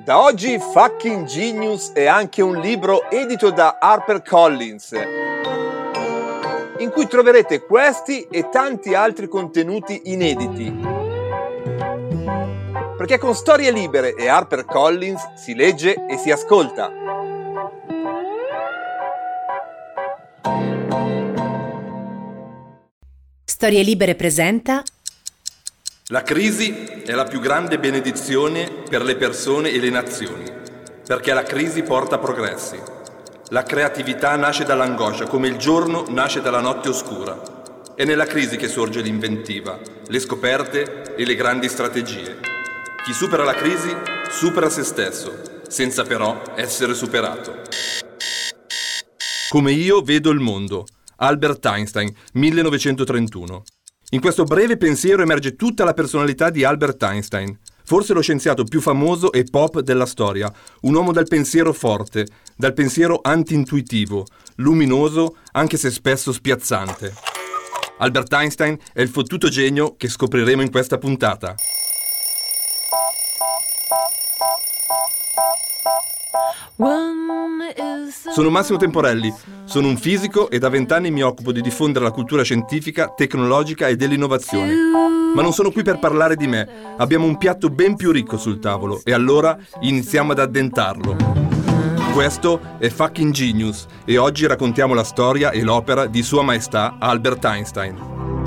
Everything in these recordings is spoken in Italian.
Da oggi Fucking Genius è anche un libro edito da HarperCollins, in cui troverete questi e tanti altri contenuti inediti. Perché con Storie Libere e HarperCollins si legge e si ascolta. Storie Libere presenta La crisi è la più grande benedizione per le persone e le nazioni, perché la crisi porta progressi. La creatività nasce dall'angoscia, come il giorno nasce dalla notte oscura. È nella crisi che sorge l'inventiva, le scoperte e le grandi strategie. Chi supera la crisi supera se stesso, senza però essere superato. Come io vedo il mondo. Albert Einstein, 1931. In questo breve pensiero emerge tutta la personalità di Albert Einstein, forse lo scienziato più famoso e pop della storia, un uomo dal pensiero forte, dal pensiero anti-intuitivo, luminoso anche se spesso spiazzante. Albert Einstein è il fottuto genio che scopriremo in questa puntata. Sono Massimo Temporelli, sono un fisico e da 20 anni mi occupo di diffondere la cultura scientifica, tecnologica e dell'innovazione. Ma non sono qui per parlare di me, abbiamo un piatto ben più ricco sul tavolo e allora iniziamo ad addentarlo. Questo è Fucking Genius e oggi raccontiamo la storia e l'opera di Sua Maestà Albert Einstein.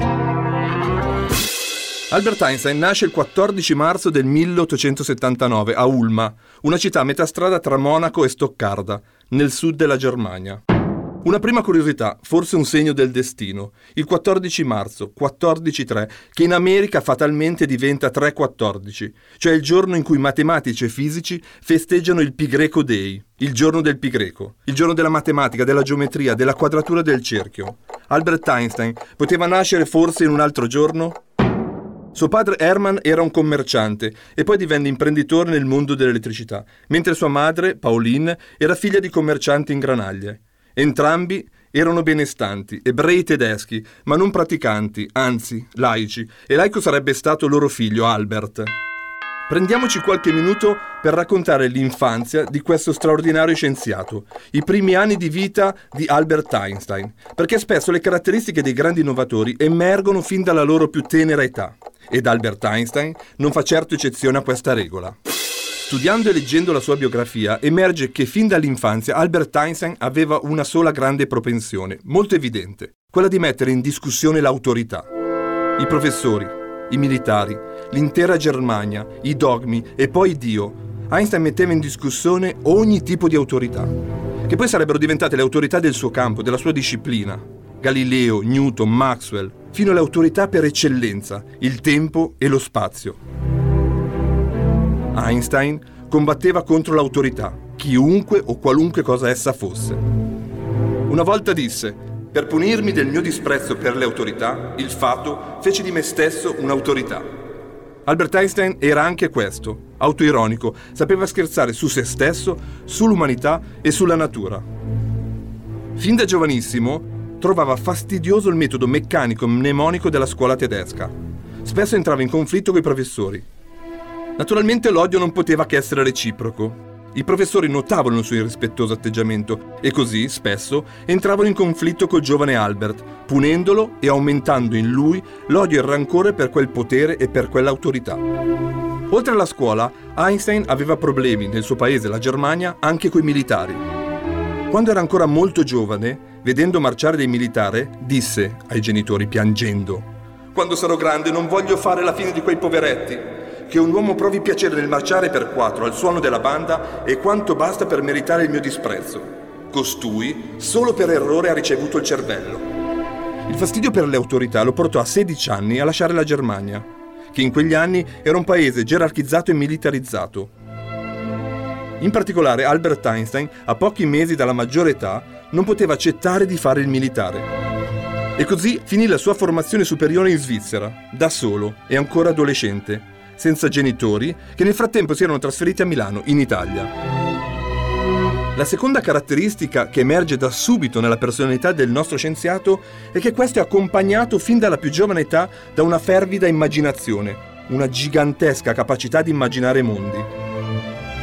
Albert Einstein nasce il 14 marzo del 1879 a Ulma, una città a metà strada tra Monaco e Stoccarda, nel sud della Germania. Una prima curiosità, forse un segno del destino, il 14 marzo, 14-3, che in America fatalmente diventa 3-14, cioè il giorno in cui matematici e fisici festeggiano il Pi Greco Day, il giorno del Pi Greco, il giorno della matematica, della geometria, della quadratura del cerchio. Albert Einstein poteva nascere forse in un altro giorno? Suo padre Hermann era un commerciante e poi divenne imprenditore nel mondo dell'elettricità, mentre sua madre, Pauline, era figlia di commercianti in granaglie. Entrambi erano benestanti, ebrei tedeschi, ma non praticanti, anzi, laici, e laico sarebbe stato loro figlio, Albert. Prendiamoci qualche minuto per raccontare l'infanzia di questo straordinario scienziato, i primi anni di vita di Albert Einstein, perché spesso le caratteristiche dei grandi innovatori emergono fin dalla loro più tenera età. Ed Albert Einstein non fa certo eccezione a questa regola. Studiando e leggendo la sua biografia, emerge che fin dall'infanzia Albert Einstein aveva una sola grande propensione, molto evidente, quella di mettere in discussione l'autorità. I professori, i militari, l'intera Germania, i dogmi e poi Dio. Einstein metteva in discussione ogni tipo di autorità, che poi sarebbero diventate le autorità del suo campo, della sua disciplina. Galileo, Newton, Maxwell, fino alle autorità per eccellenza, il tempo e lo spazio. Einstein combatteva contro l'autorità, chiunque o qualunque cosa essa fosse. Una volta disse: per punirmi del mio disprezzo per le autorità, il fato fece di me stesso un'autorità. Albert Einstein era anche questo, autoironico, sapeva scherzare su se stesso, sull'umanità e sulla natura. Fin da giovanissimo trovava fastidioso il metodo meccanico-mnemonico della scuola tedesca. Spesso entrava in conflitto coi professori. Naturalmente l'odio non poteva che essere reciproco. I professori notavano il suo irrispettoso atteggiamento e così, spesso, entravano in conflitto col giovane Albert, punendolo e aumentando in lui l'odio e il rancore per quel potere e per quell'autorità. Oltre alla scuola, Einstein aveva problemi, nel suo paese, la Germania, anche coi militari. Quando era ancora molto giovane, vedendo marciare dei militari, disse ai genitori piangendo: «Quando sarò grande non voglio fare la fine di quei poveretti. Che un uomo provi piacere nel marciare per 4 al suono della banda è quanto basta per meritare il mio disprezzo. Costui, solo per errore, ha ricevuto il cervello». Il fastidio per le autorità lo portò a 16 anni a lasciare la Germania, che in quegli anni era un paese gerarchizzato e militarizzato. In particolare Albert Einstein, a pochi mesi dalla maggiore età, non poteva accettare di fare il militare. E così finì la sua formazione superiore in Svizzera, da solo e ancora adolescente, senza genitori, che nel frattempo si erano trasferiti a Milano, in Italia. La seconda caratteristica che emerge da subito nella personalità del nostro scienziato è che questo è accompagnato fin dalla più giovane età da una fervida immaginazione, una gigantesca capacità di immaginare mondi.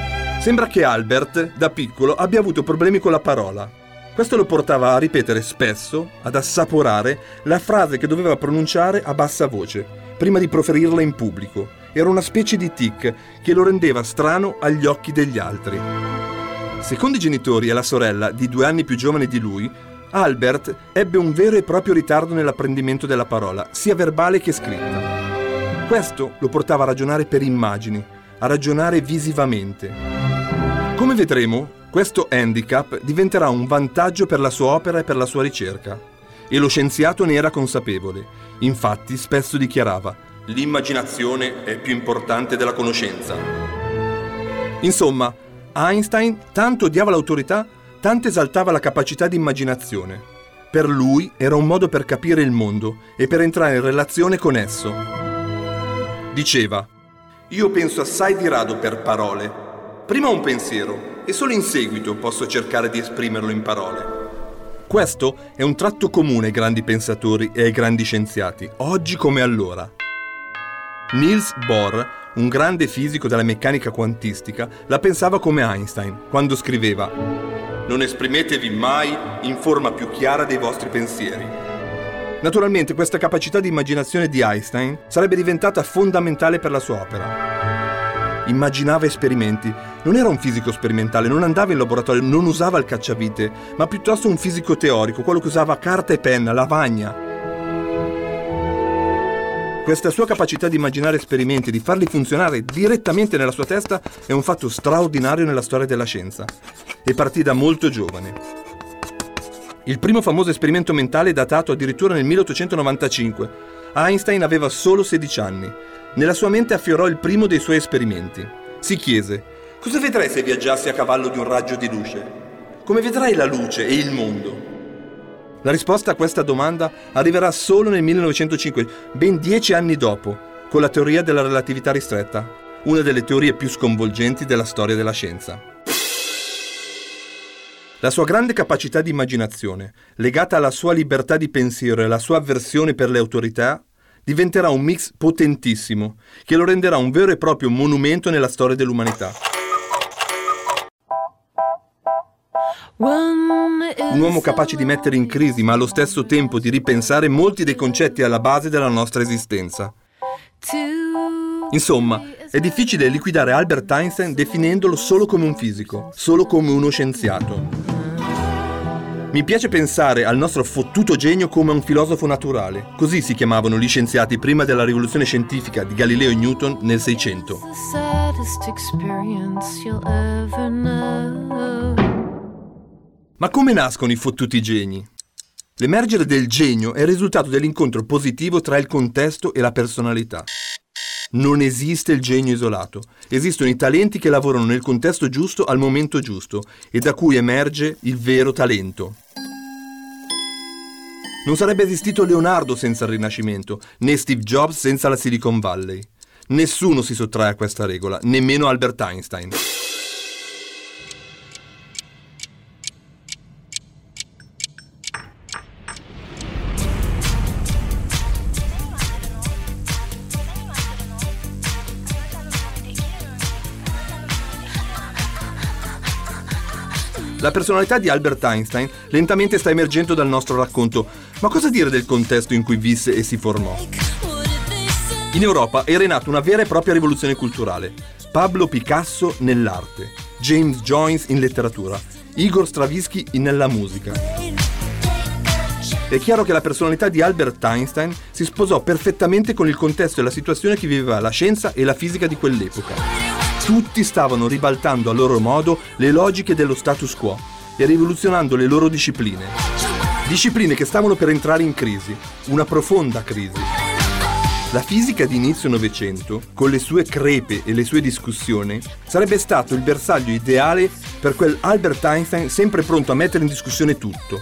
Sembra che Albert, da piccolo, abbia avuto problemi con la parola. Questo lo portava a ripetere spesso, ad assaporare, la frase che doveva pronunciare a bassa voce, prima di proferirla in pubblico. Era una specie di tic che lo rendeva strano agli occhi degli altri. Secondo i genitori e la sorella, di 2 anni più giovane di lui, Albert ebbe un vero e proprio ritardo nell'apprendimento della parola, sia verbale che scritta. Questo lo portava a ragionare per immagini, a ragionare visivamente. Come vedremo, questo handicap diventerà un vantaggio per la sua opera e per la sua ricerca. E lo scienziato ne era consapevole. Infatti, spesso dichiarava: l'immaginazione è più importante della conoscenza. Insomma, Einstein tanto odiava l'autorità, tanto esaltava la capacità di immaginazione. Per lui era un modo per capire il mondo e per entrare in relazione con esso. Diceva: io penso assai di rado per parole. Prima un pensiero e solo in seguito posso cercare di esprimerlo in parole. Questo è un tratto comune ai grandi pensatori e ai grandi scienziati, oggi come allora. Niels Bohr, un grande fisico della meccanica quantistica, la pensava come Einstein, quando scriveva: non esprimetevi mai in forma più chiara dei vostri pensieri. Naturalmente questa capacità di immaginazione di Einstein sarebbe diventata fondamentale per la sua opera. Immaginava esperimenti. Non era un fisico sperimentale, non andava in laboratorio, non usava il cacciavite, ma piuttosto un fisico teorico, quello che usava carta e penna, lavagna. Questa sua capacità di immaginare esperimenti, di farli funzionare direttamente nella sua testa, è un fatto straordinario nella storia della scienza. E partì da molto giovane. Il primo famoso esperimento mentale è datato addirittura nel 1895. Einstein aveva solo 16 anni. Nella sua mente affiorò il primo dei suoi esperimenti. Si chiese: cosa vedrai se viaggiassi a cavallo di un raggio di luce? Come vedrai la luce e il mondo? La risposta a questa domanda arriverà solo nel 1905, ben 10 anni dopo, con la teoria della relatività ristretta, una delle teorie più sconvolgenti della storia della scienza. La sua grande capacità di immaginazione, legata alla sua libertà di pensiero e alla sua avversione per le autorità, diventerà un mix potentissimo che lo renderà un vero e proprio monumento nella storia dell'umanità. Un uomo capace di mettere in crisi, ma allo stesso tempo di ripensare molti dei concetti alla base della nostra esistenza. Insomma, è difficile liquidare Albert Einstein definendolo solo come un fisico, solo come uno scienziato. Mi piace pensare al nostro fottuto genio come un filosofo naturale. Così si chiamavano gli scienziati prima della rivoluzione scientifica di Galileo e Newton nel 600. Ma come nascono i fottuti geni? L'emergere del genio è il risultato dell'incontro positivo tra il contesto e la personalità. Non esiste il genio isolato. Esistono i talenti che lavorano nel contesto giusto al momento giusto e da cui emerge il vero talento. Non sarebbe esistito Leonardo senza il Rinascimento, né Steve Jobs senza la Silicon Valley. Nessuno si sottrae a questa regola, nemmeno Albert Einstein. La personalità di Albert Einstein lentamente sta emergendo dal nostro racconto, ma cosa dire del contesto in cui visse e si formò? In Europa era in atto una vera e propria rivoluzione culturale. Pablo Picasso nell'arte, James Joyce in letteratura, Igor Stravinsky nella musica. È chiaro che la personalità di Albert Einstein si sposò perfettamente con il contesto e la situazione che viveva la scienza e la fisica di quell'epoca. Tutti stavano ribaltando a loro modo le logiche dello status quo e rivoluzionando le loro discipline. Discipline che stavano per entrare in crisi, una profonda crisi. La fisica di inizio Novecento, con le sue crepe e le sue discussioni, sarebbe stato il bersaglio ideale per quel Albert Einstein sempre pronto a mettere in discussione tutto.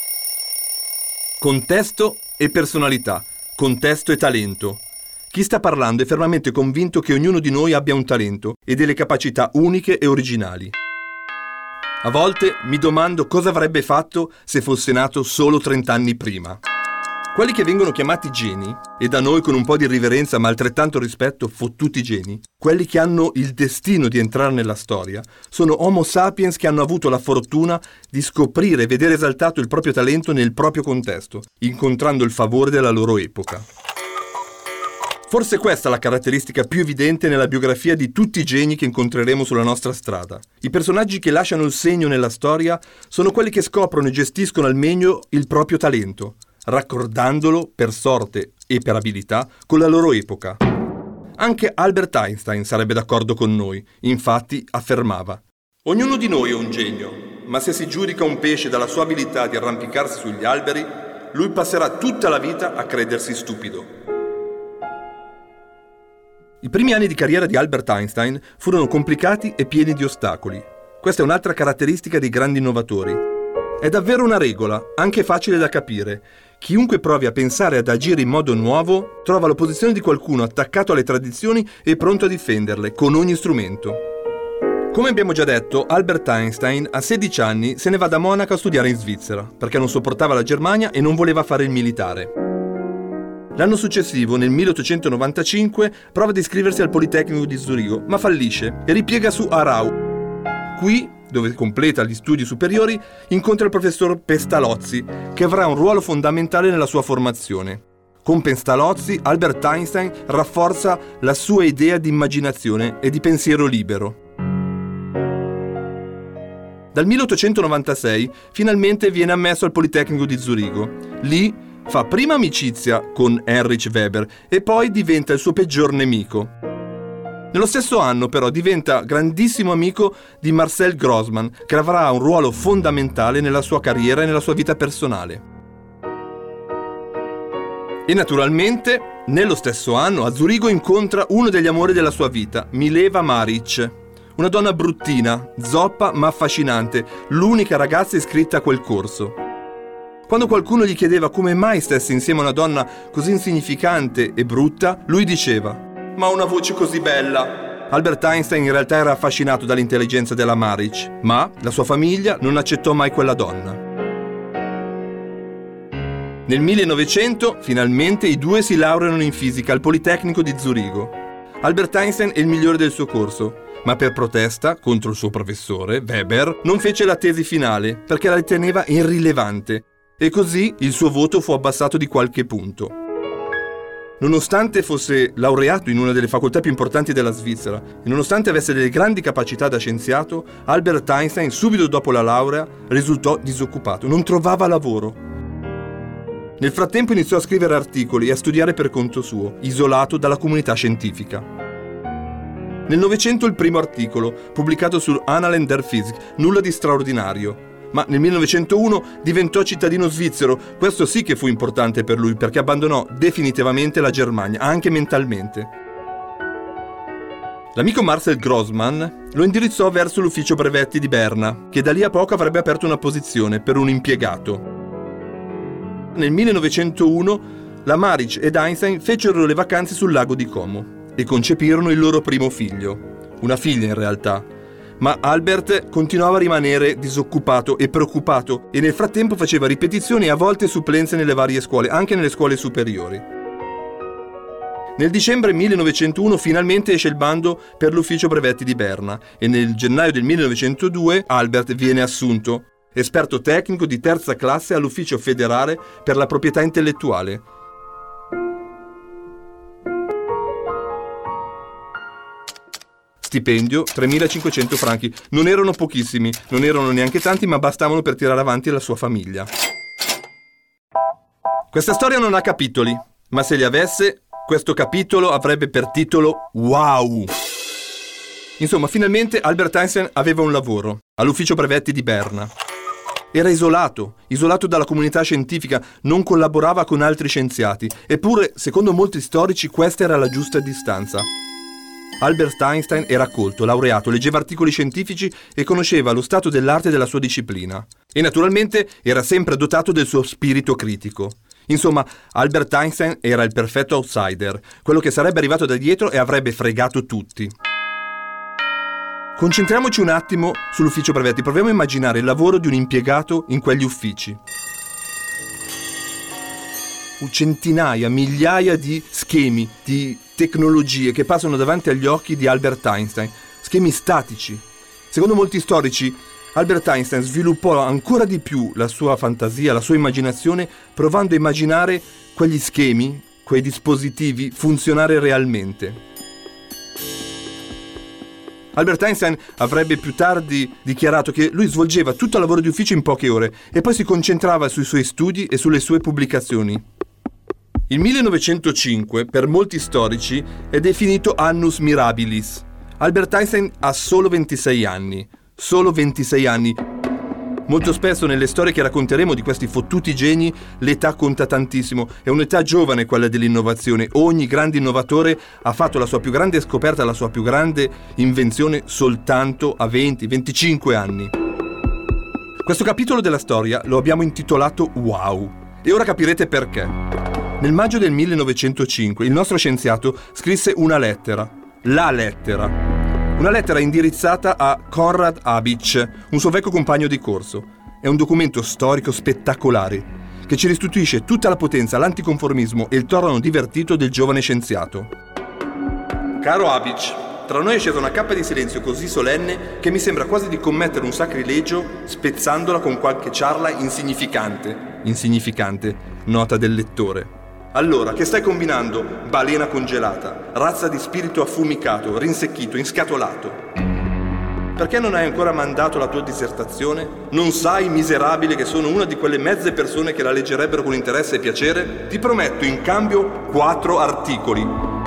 Contesto e personalità, contesto e talento. Chi sta parlando è fermamente convinto che ognuno di noi abbia un talento e delle capacità uniche e originali. A volte mi domando cosa avrebbe fatto se fosse nato solo 30 anni prima. Quelli che vengono chiamati geni, e da noi con un po' di riverenza ma altrettanto rispetto, fottuti geni, quelli che hanno il destino di entrare nella storia, sono Homo sapiens che hanno avuto la fortuna di scoprire e vedere esaltato il proprio talento nel proprio contesto, incontrando il favore della loro epoca. Forse questa è la caratteristica più evidente nella biografia di tutti i geni che incontreremo sulla nostra strada. I personaggi che lasciano il segno nella storia sono quelli che scoprono e gestiscono al meglio il proprio talento, raccordandolo per sorte e per abilità con la loro epoca. Anche Albert Einstein sarebbe d'accordo con noi, infatti affermava: ognuno di noi è un genio, ma se si giudica un pesce dalla sua abilità di arrampicarsi sugli alberi, lui passerà tutta la vita a credersi stupido. I primi anni di carriera di Albert Einstein furono complicati e pieni di ostacoli. Questa è un'altra caratteristica dei grandi innovatori. È davvero una regola, anche facile da capire. Chiunque provi a pensare e ad agire in modo nuovo trova l'opposizione di qualcuno attaccato alle tradizioni e pronto a difenderle, con ogni strumento. Come abbiamo già detto, Albert Einstein a 16 anni se ne va da Monaco a studiare in Svizzera, perché non sopportava la Germania e non voleva fare il militare. L'anno successivo, nel 1895, prova ad iscriversi al Politecnico di Zurigo, ma fallisce e ripiega su Aarau. Qui, dove completa gli studi superiori, incontra il professor Pestalozzi, che avrà un ruolo fondamentale nella sua formazione. Con Pestalozzi, Albert Einstein rafforza la sua idea di immaginazione e di pensiero libero. Dal 1896 finalmente viene ammesso al Politecnico di Zurigo. Lì fa prima amicizia con Heinrich Weber e poi diventa il suo peggior nemico. Nello stesso anno però diventa grandissimo amico di Marcel Grossmann, che avrà un ruolo fondamentale nella sua carriera e nella sua vita personale. E naturalmente, nello stesso anno, a Zurigo incontra uno degli amori della sua vita, Mileva Maric. Una donna bruttina, zoppa ma affascinante, l'unica ragazza iscritta a quel corso. Quando qualcuno gli chiedeva come mai stesse insieme a una donna così insignificante e brutta, lui diceva: «Ma ha una voce così bella!». Albert Einstein in realtà era affascinato dall'intelligenza della Maric, ma la sua famiglia non accettò mai quella donna. Nel 1900, finalmente, i due si laureano in fisica al Politecnico di Zurigo. Albert Einstein è il migliore del suo corso, ma per protesta contro il suo professore, Weber, non fece la tesi finale perché la riteneva irrilevante. E così il suo voto fu abbassato di qualche punto. Nonostante fosse laureato in una delle facoltà più importanti della Svizzera e nonostante avesse delle grandi capacità da scienziato, Albert Einstein, subito dopo la laurea, risultò disoccupato, non trovava lavoro. Nel frattempo iniziò a scrivere articoli e a studiare per conto suo, isolato dalla comunità scientifica. Nel Novecento il primo articolo, pubblicato sul Annalen der Physik, nulla di straordinario. Ma nel 1901 diventò cittadino svizzero, questo sì che fu importante per lui perché abbandonò definitivamente la Germania, anche mentalmente. L'amico Marcel Grossmann lo indirizzò verso l'ufficio brevetti di Berna, che da lì a poco avrebbe aperto una posizione per un impiegato. Nel 1901 la Maric ed Einstein fecero le vacanze sul lago di Como e concepirono il loro primo figlio, una figlia in realtà. Ma Albert continuava a rimanere disoccupato e preoccupato e nel frattempo faceva ripetizioni e a volte supplenze nelle varie scuole, anche nelle scuole superiori. Nel dicembre 1901 finalmente esce il bando per l'ufficio brevetti di Berna e nel gennaio del 1902 Albert viene assunto, esperto tecnico di terza classe all'ufficio federale per la proprietà intellettuale. Stipendio 3.500 franchi. Non erano pochissimi, non erano neanche tanti, ma bastavano per tirare avanti la sua famiglia. Questa storia non ha capitoli, ma se li avesse, questo capitolo avrebbe per titolo Wow! Insomma, finalmente Albert Einstein aveva un lavoro all'ufficio brevetti di Berna. Era isolato dalla comunità scientifica, non collaborava con altri scienziati, eppure, secondo molti storici, questa era la giusta distanza. Albert Einstein era colto, laureato, leggeva articoli scientifici e conosceva lo stato dell'arte della sua disciplina. E naturalmente era sempre dotato del suo spirito critico. Insomma, Albert Einstein era il perfetto outsider, quello che sarebbe arrivato da dietro e avrebbe fregato tutti. Concentriamoci un attimo sull'ufficio brevetti, proviamo a immaginare il lavoro di un impiegato in quegli uffici. centinaia, migliaia di schemi, di tecnologie che passano davanti agli occhi di Albert Einstein, schemi statici. Secondo molti storici, Albert Einstein sviluppò ancora di più la sua fantasia, la sua immaginazione, provando a immaginare quegli schemi, quei dispositivi funzionare realmente. Albert Einstein avrebbe più tardi dichiarato che lui svolgeva tutto il lavoro di ufficio in poche ore e poi si concentrava sui suoi studi e sulle sue pubblicazioni. Il 1905, per molti storici, è definito annus mirabilis. Albert Einstein ha solo 26 anni. Solo 26 anni. Molto spesso nelle storie che racconteremo di questi fottuti geni l'età conta tantissimo. È un'età giovane quella dell'innovazione. Ogni grande innovatore ha fatto la sua più grande scoperta, la sua più grande invenzione soltanto a 20-25 anni. Questo capitolo della storia lo abbiamo intitolato Wow. E ora capirete perché. Nel maggio del 1905 il nostro scienziato scrisse una lettera. La lettera. Una lettera indirizzata a Konrad Habich, un suo vecchio compagno di corso. È un documento storico spettacolare che ci restituisce tutta la potenza, l'anticonformismo e il tono divertito del giovane scienziato. Caro Habich, tra noi è scesa una cappa di silenzio così solenne che mi sembra quasi di commettere un sacrilegio spezzandola con qualche ciarla insignificante. Insignificante, nota del lettore. Allora, che stai combinando? Balena congelata, razza di spirito affumicato, rinsecchito, inscatolato. Perché non hai ancora mandato la tua dissertazione? Non sai, miserabile, che sono una di quelle mezze persone che la leggerebbero con interesse e piacere? Ti prometto in cambio 4 articoli.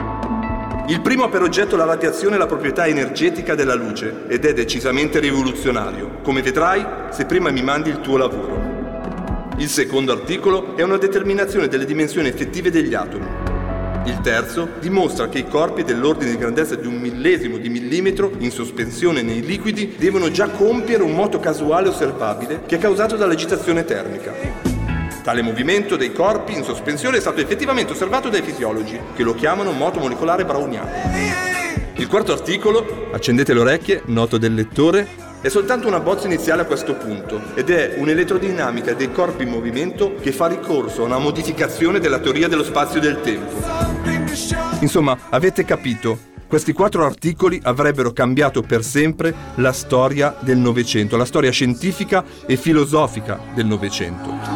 Il primo ha per oggetto la radiazione e la proprietà energetica della luce ed è decisamente rivoluzionario, come vedrai se prima mi mandi il tuo lavoro. Il secondo articolo è una determinazione delle dimensioni effettive degli atomi. Il terzo dimostra che i corpi dell'ordine di grandezza di 1/1000 di millimetro in sospensione nei liquidi devono già compiere un moto casuale osservabile che è causato dall'agitazione termica. Tale movimento dei corpi in sospensione è stato effettivamente osservato dai fisiologi, che lo chiamano moto molecolare browniano. Il quarto articolo, accendete le orecchie, noto del lettore, è soltanto una bozza iniziale a questo punto ed è un'elettrodinamica dei corpi in movimento che fa ricorso a una modificazione della teoria dello spazio e del tempo. Insomma, avete capito, questi 4 articoli avrebbero cambiato per sempre la storia del Novecento, la storia scientifica e filosofica del Novecento.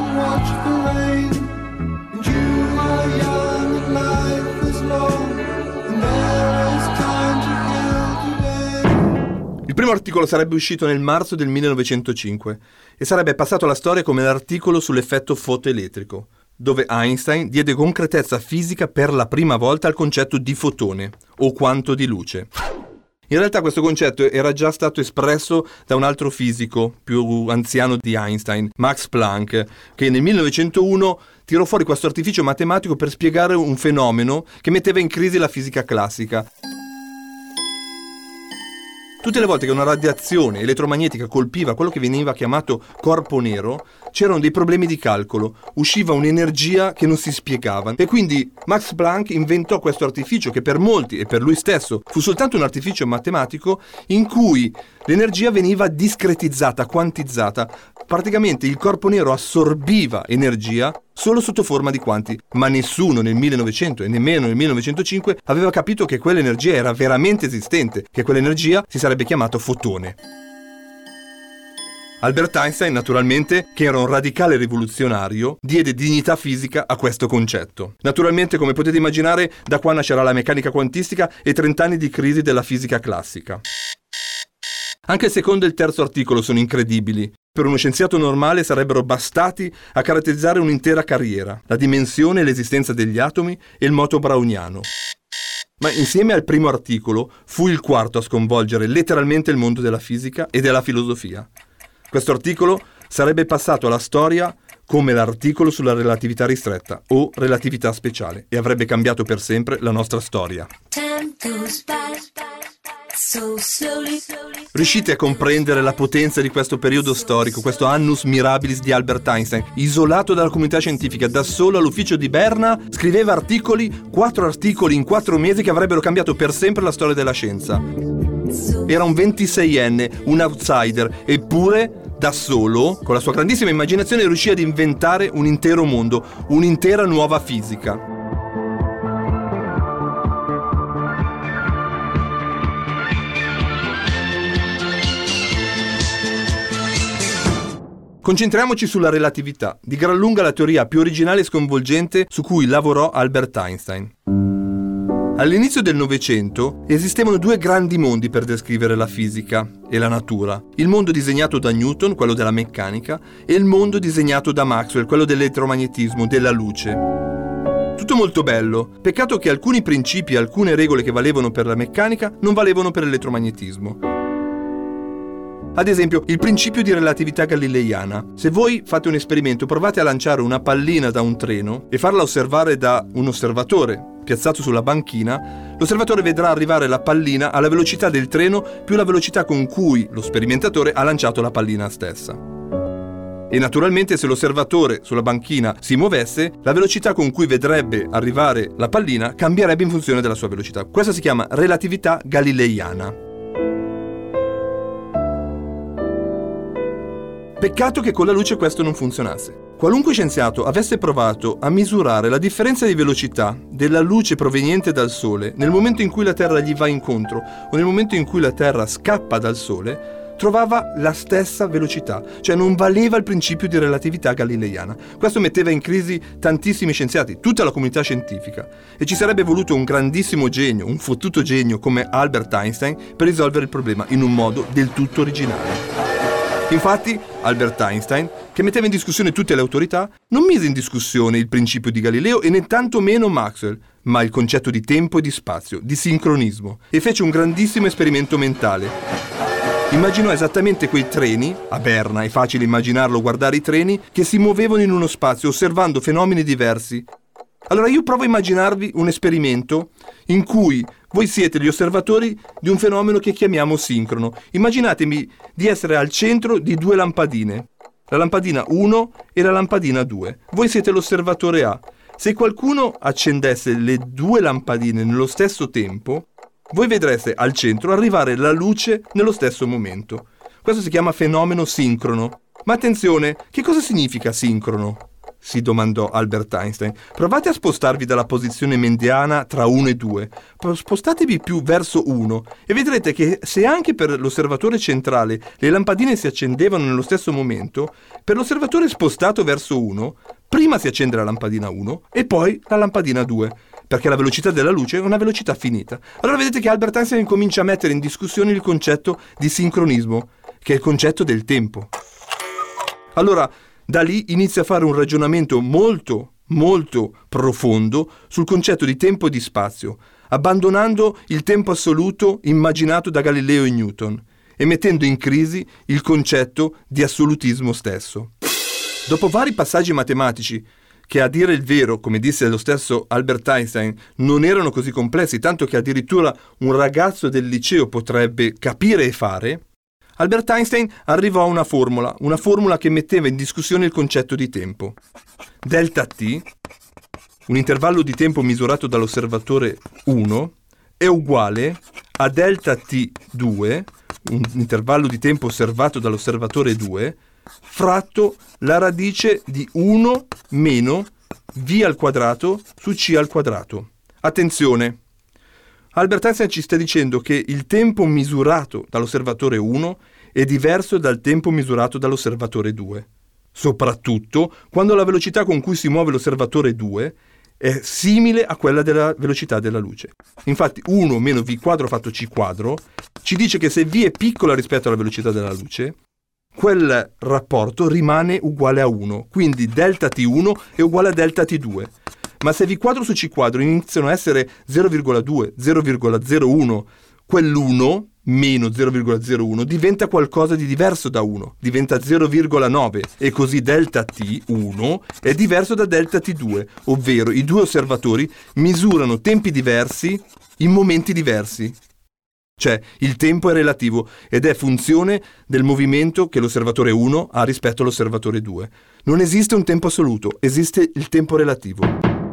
Il primo articolo sarebbe uscito nel marzo del 1905 e sarebbe passato alla storia come l'articolo sull'effetto fotoelettrico, dove Einstein diede concretezza fisica per la prima volta al concetto di fotone, o quanto di luce. In realtà questo concetto era già stato espresso da un altro fisico più anziano di Einstein, Max Planck, che nel 1901 tirò fuori questo artificio matematico per spiegare un fenomeno che metteva in crisi la fisica classica. Tutte le volte che una radiazione elettromagnetica colpiva quello che veniva chiamato corpo nero, c'erano dei problemi di calcolo, usciva un'energia che non si spiegava. E quindi Max Planck inventò questo artificio che per molti e per lui stesso fu soltanto un artificio matematico in cui l'energia veniva discretizzata, quantizzata. Praticamente il corpo nero assorbiva energia solo sotto forma di quanti, ma nessuno nel 1900 e nemmeno nel 1905 aveva capito che quell'energia era veramente esistente, che quell'energia si sarebbe chiamato fotone. Albert Einstein, naturalmente, che era un radicale rivoluzionario, diede dignità fisica a questo concetto. Naturalmente, come potete immaginare, da qua nascerà la meccanica quantistica e 30 anni di crisi della fisica classica. Anche il secondo e il terzo articolo sono incredibili. Per uno scienziato normale sarebbero bastati a caratterizzare un'intera carriera, la dimensione e l'esistenza degli atomi e il moto browniano. Ma insieme al primo articolo fu il quarto a sconvolgere letteralmente il mondo della fisica e della filosofia. Questo articolo sarebbe passato alla storia come l'articolo sulla relatività ristretta o relatività speciale e avrebbe cambiato per sempre la nostra storia. Riuscite a comprendere la potenza di questo periodo storico, questo annus mirabilis di Albert Einstein, isolato dalla comunità scientifica, da solo all'ufficio di Berna, scriveva articoli, 4 articoli in 4 mesi che avrebbero cambiato per sempre la storia della scienza. Era un 26enne, un outsider, eppure da solo, con la sua grandissima immaginazione, riuscì ad inventare un intero mondo, un'intera nuova fisica. Concentriamoci sulla relatività, di gran lunga la teoria più originale e sconvolgente su cui lavorò Albert Einstein. All'inizio del Novecento esistevano due grandi mondi per descrivere la fisica e la natura. Il mondo disegnato da Newton, quello della meccanica, e il mondo disegnato da Maxwell, quello dell'elettromagnetismo, della luce. Tutto molto bello, peccato che alcuni principi e alcune regole che valevano per la meccanica non valevano per l'elettromagnetismo. Ad esempio, il principio di relatività galileiana. Se voi fate un esperimento, provate a lanciare una pallina da un treno e farla osservare da un osservatore piazzato sulla banchina, l'osservatore vedrà arrivare la pallina alla velocità del treno più la velocità con cui lo sperimentatore ha lanciato la pallina stessa. E naturalmente se l'osservatore sulla banchina si muovesse, la velocità con cui vedrebbe arrivare la pallina cambierebbe in funzione della sua velocità. Questa si chiama relatività galileiana. Peccato che con la luce questo non funzionasse. Qualunque scienziato avesse provato a misurare la differenza di velocità della luce proveniente dal Sole nel momento in cui la Terra gli va incontro o nel momento in cui la Terra scappa dal Sole, trovava la stessa velocità, cioè non valeva il principio di relatività galileiana. Questo metteva in crisi tantissimi scienziati, tutta la comunità scientifica, e ci sarebbe voluto un grandissimo genio, un fottuto genio come Albert Einstein per risolvere il problema in un modo del tutto originale. Infatti, Albert Einstein, che metteva in discussione tutte le autorità, non mise in discussione il principio di Galileo e né tanto meno Maxwell, ma il concetto di tempo e di spazio, di sincronismo, e fece un grandissimo esperimento mentale. Immaginò esattamente quei treni, a Berna è facile immaginarlo guardare i treni, che si muovevano in uno spazio osservando fenomeni diversi. Allora io provo a immaginarvi un esperimento in cui voi siete gli osservatori di un fenomeno che chiamiamo sincrono. Immaginatemi di essere al centro di due lampadine, la lampadina 1 e la lampadina 2. Voi siete l'osservatore A. Se qualcuno accendesse le due lampadine nello stesso tempo, voi vedreste al centro arrivare la luce nello stesso momento. Questo si chiama fenomeno sincrono. Ma attenzione, che cosa significa sincrono? Si domandò Albert Einstein. Provate a spostarvi dalla posizione mediana tra 1 e 2. Spostatevi più verso 1 e vedrete che se anche per l'osservatore centrale le lampadine si accendevano nello stesso momento, per l'osservatore spostato verso 1, prima si accende la lampadina 1 e poi la lampadina 2, perché la velocità della luce è una velocità finita. Allora vedete che Albert Einstein comincia a mettere in discussione il concetto di sincronismo, che è il concetto del tempo. Allora, da lì inizia a fare un ragionamento molto profondo sul concetto di tempo e di spazio, abbandonando il tempo assoluto immaginato da Galileo e Newton e mettendo in crisi il concetto di assolutismo stesso. Dopo vari passaggi matematici, che a dire il vero, come disse lo stesso Albert Einstein, non erano così complessi, tanto che addirittura un ragazzo del liceo potrebbe capire e fare, Albert Einstein arrivò a una formula che metteva in discussione il concetto di tempo. Delta T, un intervallo di tempo misurato dall'osservatore 1, è uguale a delta T2, un intervallo di tempo osservato dall'osservatore 2, fratto la radice di 1 meno v al quadrato su c al quadrato. Attenzione! Albert Einstein ci sta dicendo che il tempo misurato dall'osservatore 1 è diverso dal tempo misurato dall'osservatore 2, soprattutto quando la velocità con cui si muove l'osservatore 2 è simile a quella della velocità della luce. Infatti 1 meno v quadro fatto c quadro ci dice che se v è piccola rispetto alla velocità della luce, quel rapporto rimane uguale a 1, quindi delta t1 è uguale a delta t2. Ma se v quadro su c quadro iniziano a essere 0,2, 0,01, quell'1 meno 0,01 diventa qualcosa di diverso da 1, diventa 0,9 e così delta t1 è diverso da delta t2, ovvero i due osservatori misurano tempi diversi in momenti diversi. Cioè il tempo è relativo ed è funzione del movimento che l'osservatore 1 ha rispetto all'osservatore 2. Non esiste un tempo assoluto, esiste il tempo relativo.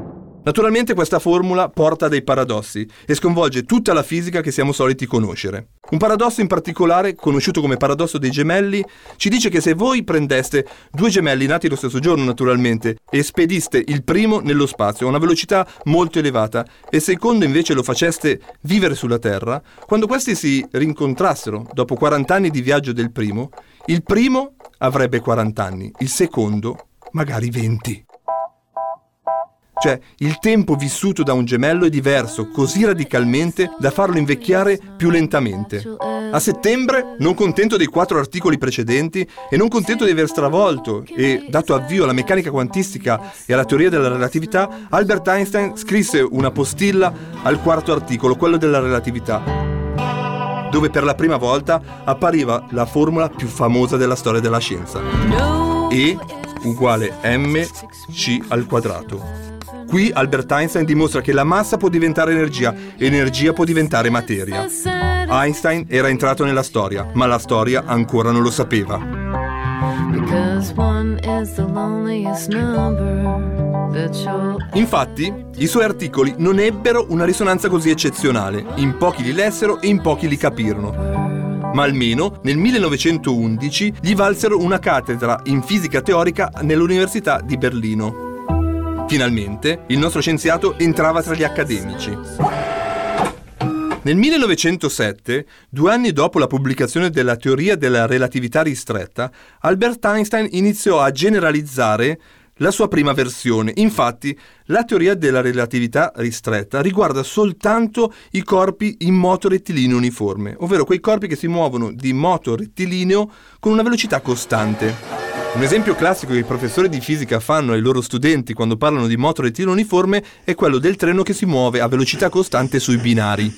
Naturalmente questa formula porta a dei paradossi e sconvolge tutta la fisica che siamo soliti conoscere. Un paradosso in particolare, conosciuto come paradosso dei gemelli, ci dice che se voi prendeste due gemelli nati lo stesso giorno naturalmente e spediste il primo nello spazio a una velocità molto elevata e il secondo invece lo faceste vivere sulla Terra, quando questi si rincontrassero dopo 40 anni di viaggio del primo, il primo avrebbe 40 anni, il secondo magari 20. Cioè, il tempo vissuto da un gemello è diverso così radicalmente da farlo invecchiare più lentamente. A settembre, non contento dei 4 articoli precedenti e non contento di aver stravolto e dato avvio alla meccanica quantistica e alla teoria della relatività, Albert Einstein scrisse una postilla al 4º articolo, quello della relatività, dove per la prima volta appariva la formula più famosa della storia della scienza. E uguale mc al quadrato. Qui Albert Einstein dimostra che la massa può diventare energia e energia può diventare materia. Einstein era entrato nella storia, ma la storia ancora non lo sapeva. Infatti, i suoi articoli non ebbero una risonanza così eccezionale. In pochi li lessero e in pochi li capirono. Ma almeno nel 1911 gli valsero una cattedra in fisica teorica nell'Università di Berlino. Finalmente, il nostro scienziato entrava tra gli accademici. Nel 1907, 2 anni dopo la pubblicazione della teoria della relatività ristretta, Albert Einstein iniziò a generalizzare la sua prima versione. Infatti, la teoria della relatività ristretta riguarda soltanto i corpi in moto rettilineo uniforme, ovvero quei corpi che si muovono di moto rettilineo con una velocità costante. Un esempio classico che i professori di fisica fanno ai loro studenti quando parlano di moto rettilineo uniforme è quello del treno che si muove a velocità costante sui binari.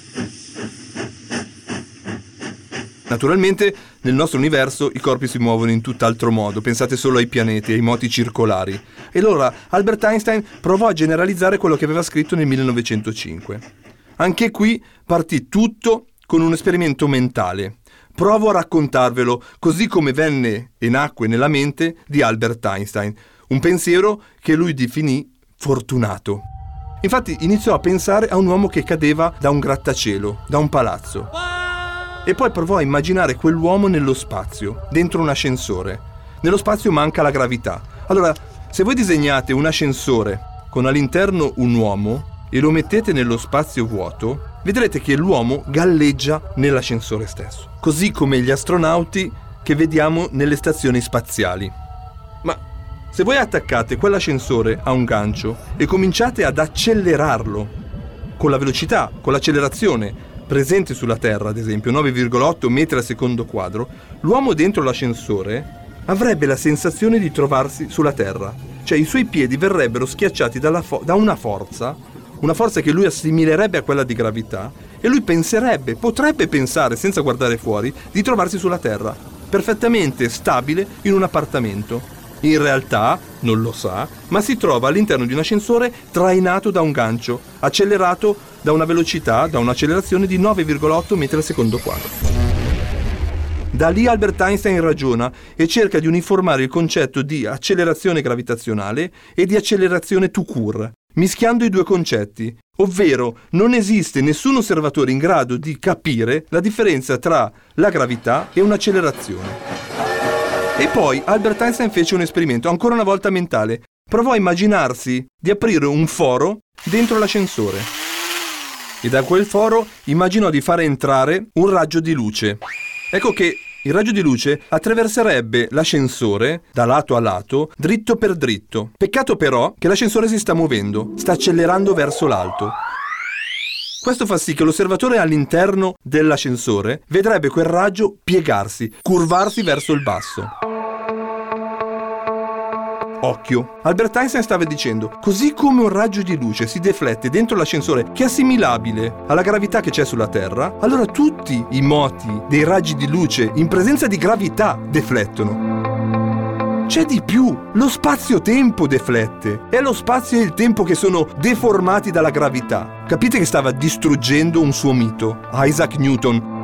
Naturalmente, nel nostro universo i corpi si muovono in tutt'altro modo, pensate solo ai pianeti, ai moti circolari. E allora Albert Einstein provò a generalizzare quello che aveva scritto nel 1905. Anche qui partì tutto con un esperimento mentale. Provo a raccontarvelo così come venne e nacque nella mente di Albert Einstein, un pensiero che lui definì fortunato. Infatti iniziò a pensare a un uomo che cadeva da un grattacielo, da un palazzo. E poi provò a immaginare quell'uomo nello spazio, dentro un ascensore. Nello spazio manca la gravità. Allora, se voi disegnate un ascensore con all'interno un uomo e lo mettete nello spazio vuoto, vedrete che l'uomo galleggia nell'ascensore stesso, così come gli astronauti che vediamo nelle stazioni spaziali. Ma se voi attaccate quell'ascensore a un gancio e cominciate ad accelerarlo con la velocità, con l'accelerazione presente sulla Terra, ad esempio 9,8 metri al secondo quadro, l'uomo dentro l'ascensore avrebbe la sensazione di trovarsi sulla Terra, cioè i suoi piedi verrebbero schiacciati da una forza che lui assimilerebbe a quella di gravità, e lui potrebbe pensare, senza guardare fuori, di trovarsi sulla Terra, perfettamente stabile in un appartamento. In realtà non lo sa, ma si trova all'interno di un ascensore trainato da un gancio, accelerato da una velocità, da un'accelerazione di 9,8 metri al secondo quadro. Da lì Albert Einstein ragiona e cerca di uniformare il concetto di accelerazione gravitazionale e di accelerazione tout court, mischiando i due concetti, ovvero non esiste nessun osservatore in grado di capire la differenza tra la gravità e un'accelerazione. E poi Albert Einstein fece un esperimento, ancora una volta mentale. Provò a immaginarsi di aprire un foro dentro l'ascensore. E da quel foro immaginò di fare entrare un raggio di luce. Ecco che il raggio di luce attraverserebbe l'ascensore da lato a lato, dritto per dritto. Peccato però che l'ascensore si sta muovendo, sta accelerando verso l'alto. Questo fa sì che l'osservatore all'interno dell'ascensore vedrebbe quel raggio piegarsi, curvarsi verso il basso. Occhio, Albert Einstein stava dicendo, così come un raggio di luce si deflette dentro l'ascensore che è assimilabile alla gravità che c'è sulla Terra, allora tutti i moti dei raggi di luce in presenza di gravità deflettono. C'è di più, lo spazio-tempo deflette. È lo spazio e il tempo che sono deformati dalla gravità. Capite che stava distruggendo un suo mito, Isaac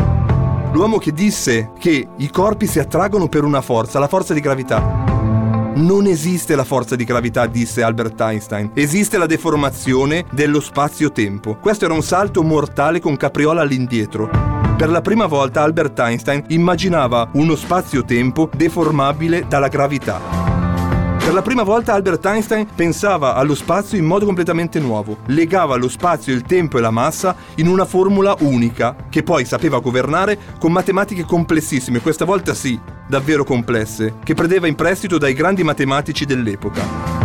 Newton, l'uomo che disse che i corpi si attraggono per una forza, la forza di gravità. Non esiste la forza di gravità, disse Albert Einstein. Esiste la deformazione dello spazio-tempo. Questo era un salto mortale con capriola all'indietro. Per la prima volta Albert Einstein immaginava uno spazio-tempo deformabile dalla gravità. Per la prima volta Albert Einstein pensava allo spazio in modo completamente nuovo. Legava lo spazio, il tempo e la massa in una formula unica, che poi sapeva governare con matematiche complessissime, questa volta sì, davvero complesse, che prendeva in prestito dai grandi matematici dell'epoca.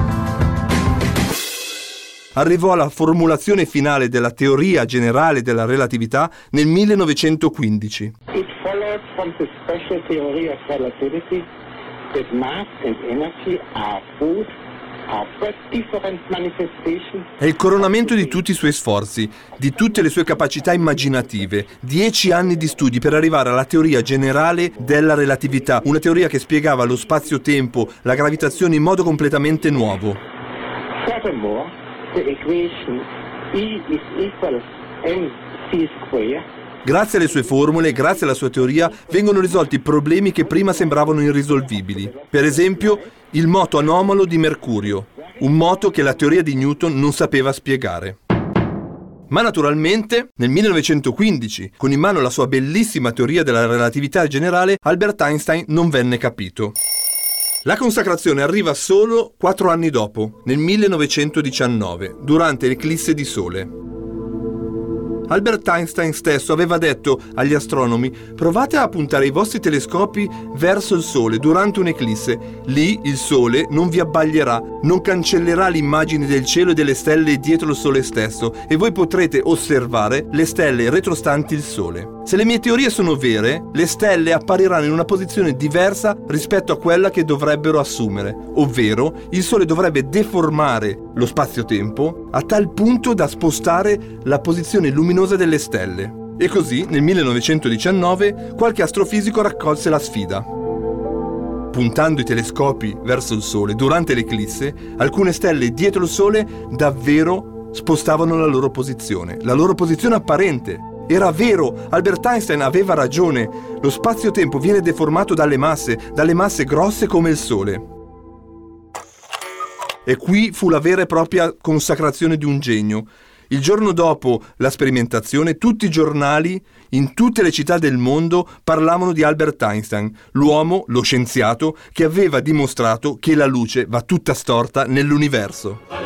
Arrivò alla formulazione finale della teoria generale della relatività nel 1915. It follows from the special theory of relativity that mass and energy are but different manifestations. È il coronamento di tutti i suoi sforzi, di tutte le sue capacità immaginative, 10 anni di studi per arrivare alla teoria generale della relatività, una teoria che spiegava lo spazio-tempo, la gravitazione in modo completamente nuovo. Furthermore, the equation E is equal mc square. Grazie alle sue formule, grazie alla sua teoria, vengono risolti problemi che prima sembravano irrisolvibili. Per esempio, il moto anomalo di Mercurio, un moto che la teoria di Newton non sapeva spiegare. Ma naturalmente, nel 1915, con in mano la sua bellissima teoria della relatività generale, Albert Einstein non venne capito. La consacrazione arriva solo 4 anni dopo, nel 1919, durante l'eclisse di Sole. Albert Einstein stesso aveva detto agli astronomi: provate a puntare i vostri telescopi verso il Sole durante un'eclisse. Lì il Sole non vi abbaglierà, non cancellerà l'immagine del cielo e delle stelle dietro il Sole stesso e voi potrete osservare le stelle retrostanti il Sole. Se le mie teorie sono vere, le stelle appariranno in una posizione diversa rispetto a quella che dovrebbero assumere, ovvero il Sole dovrebbe deformare lo spazio-tempo a tal punto da spostare la posizione luminosa delle stelle. E così, nel 1919, qualche astrofisico raccolse la sfida. Puntando i telescopi verso il Sole durante l'eclisse, alcune stelle dietro il Sole davvero spostavano la loro posizione apparente. Era vero, Albert Einstein aveva ragione. Lo spazio-tempo viene deformato dalle masse grosse come il Sole. E qui fu la vera e propria consacrazione di un genio. Il giorno dopo la sperimentazione, tutti i giornali, in tutte le città del mondo, parlavano di Albert Einstein, l'uomo, lo scienziato, che aveva dimostrato che la luce va tutta storta nell'universo.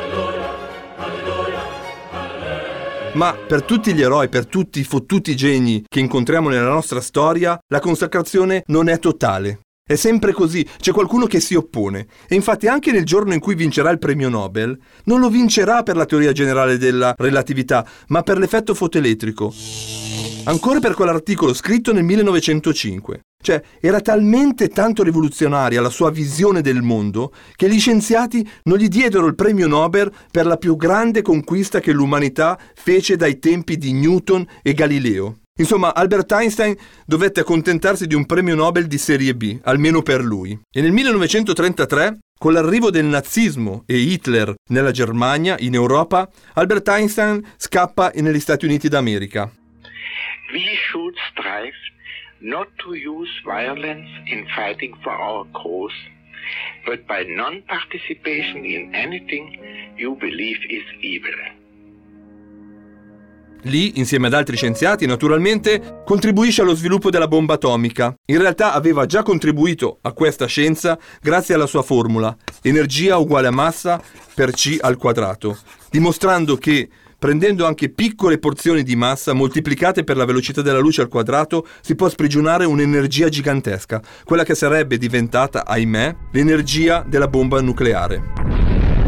Ma per tutti gli eroi, per tutti i fottuti geni che incontriamo nella nostra storia, la consacrazione non è totale. È sempre così, c'è qualcuno che si oppone. E infatti anche nel giorno in cui vincerà il premio Nobel, non lo vincerà per la teoria generale della relatività, ma per l'effetto fotoelettrico. Ancora per quell'articolo scritto nel 1905. Cioè, era talmente tanto rivoluzionaria la sua visione del mondo che gli scienziati non gli diedero il premio Nobel per la più grande conquista che l'umanità fece dai tempi di Newton e Galileo. Insomma, Albert Einstein dovette accontentarsi di un premio Nobel di serie B, almeno per lui. E nel 1933, con l'arrivo del nazismo e Hitler nella Germania, in Europa, Albert Einstein scappa negli Stati Uniti d'America. We should strive not to use violence in fighting for our cause, but by non-participation in anything you believe is evil. Lì, insieme ad altri scienziati, naturalmente, contribuisce allo sviluppo della bomba atomica. In realtà aveva già contribuito a questa scienza grazie alla sua formula: energia uguale a massa per C al quadrato, dimostrando che prendendo anche piccole porzioni di massa moltiplicate per la velocità della luce al quadrato si può sprigionare un'energia gigantesca, quella che sarebbe diventata, ahimè, l'energia della bomba nucleare.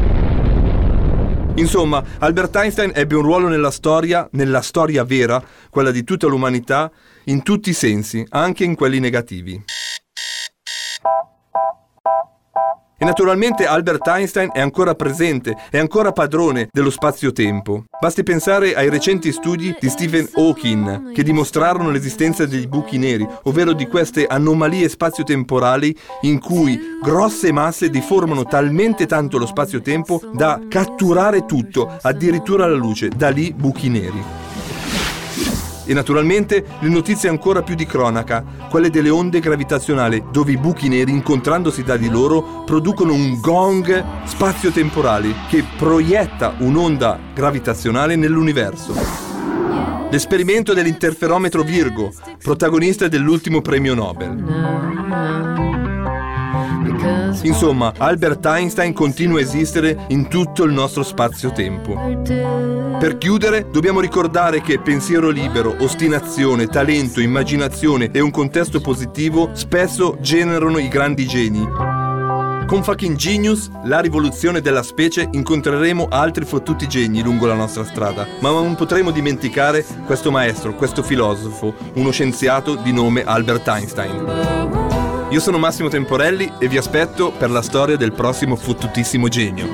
Insomma, Albert Einstein ebbe un ruolo nella storia vera, quella di tutta l'umanità, in tutti i sensi, anche in quelli negativi. E naturalmente Albert Einstein è ancora presente, è ancora padrone dello spazio-tempo. Basti pensare ai recenti studi di Stephen Hawking che dimostrarono l'esistenza dei buchi neri, ovvero di queste anomalie spazio-temporali in cui grosse masse deformano talmente tanto lo spazio-tempo da catturare tutto, addirittura la luce, da lì buchi neri. E naturalmente le notizie ancora più di cronaca, quelle delle onde gravitazionali, dove i buchi neri, incontrandosi tra di loro, producono un gong spazio-temporali che proietta un'onda gravitazionale nell'universo. L'esperimento dell'interferometro Virgo, protagonista dell'ultimo premio Nobel. Insomma, Albert Einstein continua a esistere in tutto il nostro spazio-tempo. Per chiudere, dobbiamo ricordare che pensiero libero, ostinazione, talento, immaginazione e un contesto positivo spesso generano i grandi geni. Con Fucking Genius, la rivoluzione della specie, incontreremo altri fottuti geni lungo la nostra strada, ma non potremo dimenticare questo maestro, questo filosofo, uno scienziato di nome Albert Einstein. Io sono Massimo Temporelli e vi aspetto per la storia del prossimo fottutissimo genio.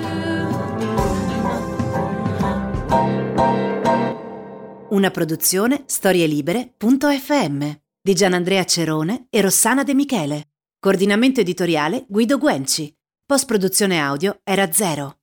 Una produzione storielibere.fm di Gianandrea Cerone e Rossana De Michele. Coordinamento editoriale Guido Guenci. Post-produzione audio Era Zero.